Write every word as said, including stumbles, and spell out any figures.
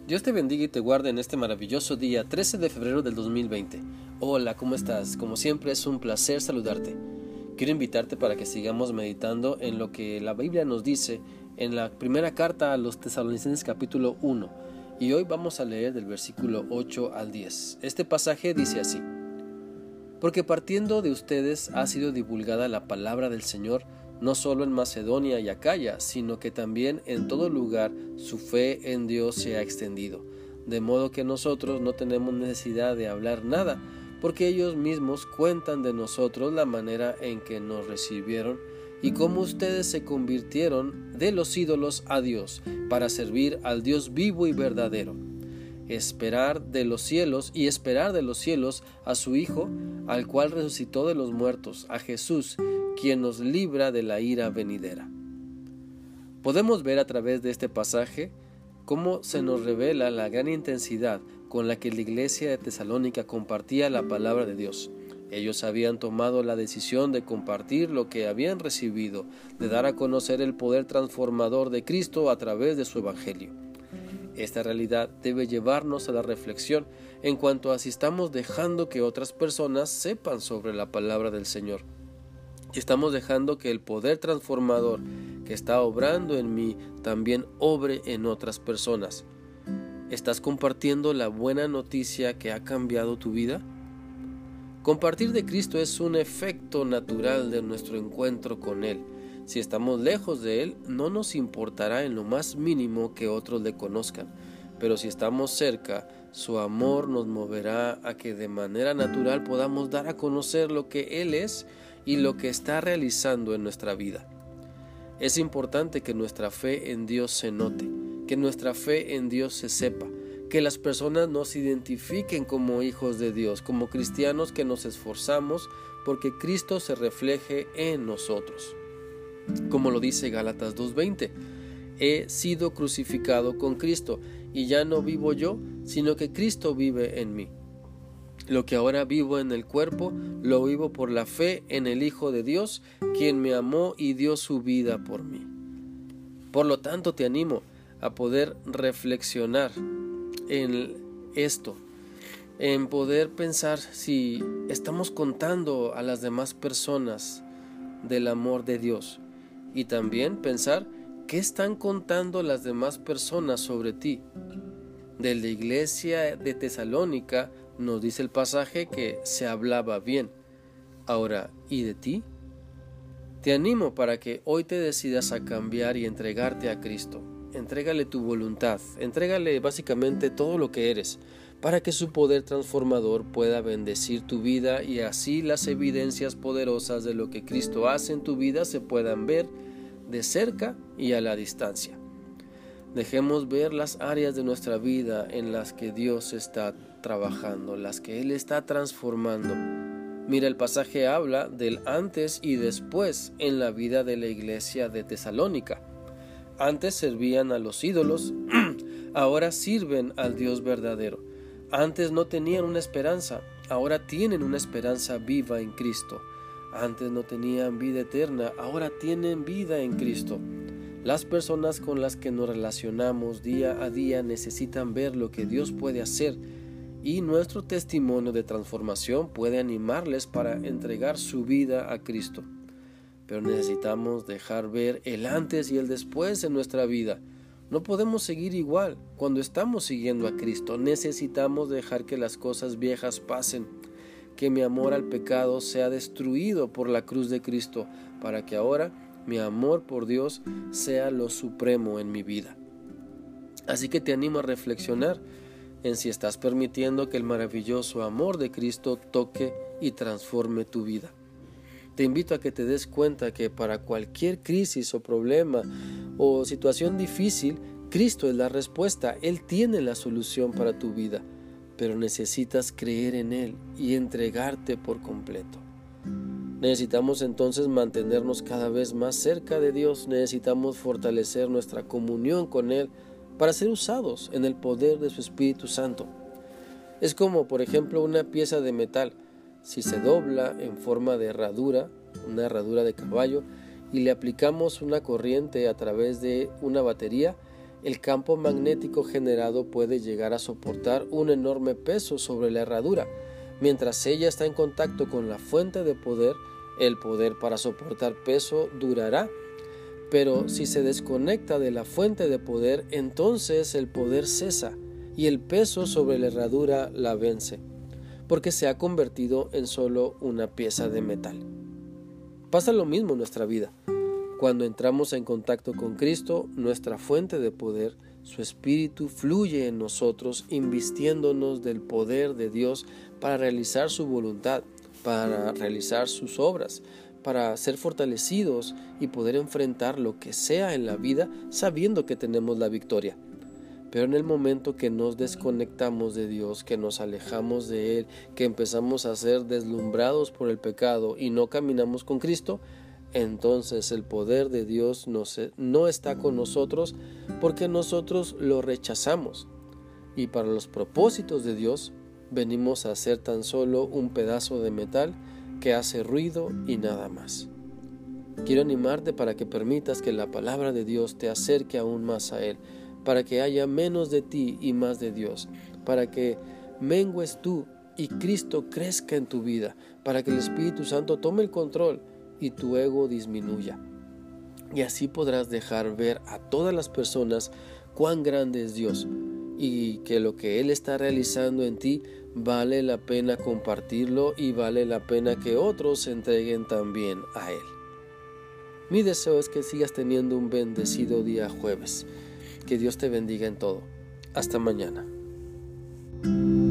Dios te bendiga y te guarde en este maravilloso día trece de febrero del dos mil veinte. Hola, ¿cómo estás? Como siempre es un placer saludarte. Quiero invitarte para que sigamos meditando en lo que la Biblia nos dice en la primera carta a los Tesalonicenses capítulo uno. Y hoy vamos a leer del versículo ocho al diez. Este pasaje dice así: Porque partiendo de ustedes ha sido divulgada la palabra del Señor, no solo en Macedonia y Acaya, sino que también en todo lugar su fe en Dios se ha extendido, de modo que nosotros no tenemos necesidad de hablar nada, porque ellos mismos cuentan de nosotros la manera en que nos recibieron y cómo ustedes se convirtieron de los ídolos a Dios, para servir al Dios vivo y verdadero. Esperar de los cielos y esperar de los cielos a su Hijo, al cual resucitó de los muertos, a Jesús, quien nos libra de la ira venidera. Podemos ver a través de este pasaje cómo se nos revela la gran intensidad con la que la iglesia de Tesalónica compartía la palabra de Dios. Ellos habían tomado la decisión de compartir lo que habían recibido, de dar a conocer el poder transformador de Cristo a través de su evangelio. Esta realidad debe llevarnos a la reflexión en cuanto a si estamos dejando que otras personas sepan sobre la palabra del Señor. Estamos dejando que el poder transformador que está obrando en mí también obre en otras personas. ¿Estás compartiendo la buena noticia que ha cambiado tu vida? Compartir de Cristo es un efecto natural de nuestro encuentro con Él. Si estamos lejos de Él, no nos importará en lo más mínimo que otros le conozcan. Pero si estamos cerca, su amor nos moverá a que de manera natural podamos dar a conocer lo que Él es y lo que está realizando en nuestra vida. Es importante que nuestra fe en Dios se note, que nuestra fe en Dios se sepa, que las personas nos identifiquen como hijos de Dios, como cristianos que nos esforzamos porque Cristo se refleje en nosotros. Como lo dice Gálatas dos veinte, he sido crucificado con Cristo y ya no vivo yo, sino que Cristo vive en mí. Lo que ahora vivo en el cuerpo, lo vivo por la fe en el Hijo de Dios, quien me amó y dio su vida por mí. Por lo tanto, te animo a poder reflexionar en esto, en poder pensar si estamos contando a las demás personas del amor de Dios, y también pensar qué están contando las demás personas sobre ti. De la iglesia de Tesalónica nos dice el pasaje que se hablaba bien. Ahora, ¿y de ti? Te animo para que hoy te decidas a cambiar y entregarte a Cristo. Entrégale tu voluntad, entrégale básicamente todo lo que eres, para que su poder transformador pueda bendecir tu vida y así las evidencias poderosas de lo que Cristo hace en tu vida se puedan ver de cerca y a la distancia. Dejemos ver las áreas de nuestra vida en las que Dios está trabajando, las que Él está transformando. Mira, el pasaje habla del antes y después en la vida de la iglesia de Tesalónica. Antes servían a los ídolos, ahora sirven al Dios verdadero. Antes no tenían una esperanza, ahora tienen una esperanza viva en Cristo. Antes no tenían vida eterna, ahora tienen vida en Cristo. Las personas con las que nos relacionamos día a día necesitan ver lo que Dios puede hacer y nuestro testimonio de transformación puede animarles para entregar su vida a Cristo. Pero necesitamos dejar ver el antes y el después en nuestra vida. No podemos seguir igual cuando estamos siguiendo a Cristo. Necesitamos dejar que las cosas viejas pasen, que mi amor al pecado sea destruido por la cruz de Cristo, para que ahora mi amor por Dios sea lo supremo en mi vida. Así que te animo a reflexionar en si estás permitiendo que el maravilloso amor de Cristo toque y transforme tu vida. Te invito a que te des cuenta que para cualquier crisis o problema o situación difícil, Cristo es la respuesta. Él tiene la solución para tu vida, pero necesitas creer en Él y entregarte por completo. Necesitamos entonces mantenernos cada vez más cerca de Dios. Necesitamos fortalecer nuestra comunión con Él para ser usados en el poder de su Espíritu Santo. Es como, por ejemplo, una pieza de metal. Si se dobla en forma de herradura, una herradura de caballo, y le aplicamos una corriente a través de una batería, el campo magnético generado puede llegar a soportar un enorme peso sobre la herradura. Mientras ella está en contacto con la fuente de poder, el poder para soportar peso durará. Pero si se desconecta de la fuente de poder, entonces el poder cesa y el peso sobre la herradura la vence, porque se ha convertido en solo una pieza de metal. Pasa lo mismo en nuestra vida. Cuando entramos en contacto con Cristo, nuestra fuente de poder, su Espíritu fluye en nosotros, invistiéndonos del poder de Dios para realizar su voluntad, para realizar sus obras, para ser fortalecidos y poder enfrentar lo que sea en la vida sabiendo que tenemos la victoria. Pero en el momento que nos desconectamos de Dios, que nos alejamos de Él, que empezamos a ser deslumbrados por el pecado y no caminamos con Cristo, entonces el poder de Dios no, se, no está con nosotros porque nosotros lo rechazamos. Y para los propósitos de Dios, venimos a ser tan solo un pedazo de metal que hace ruido y nada más. Quiero animarte para que permitas que la palabra de Dios te acerque aún más a Él, para que haya menos de ti y más de Dios, para que mengues tú y Cristo crezca en tu vida, para que el Espíritu Santo tome el control y tu ego disminuya. Y así podrás dejar ver a todas las personas cuán grande es Dios y que lo que Él está realizando en ti vale la pena compartirlo y vale la pena que otros se entreguen también a Él. Mi deseo es que sigas teniendo un bendecido día jueves. Que Dios te bendiga en todo. Hasta mañana.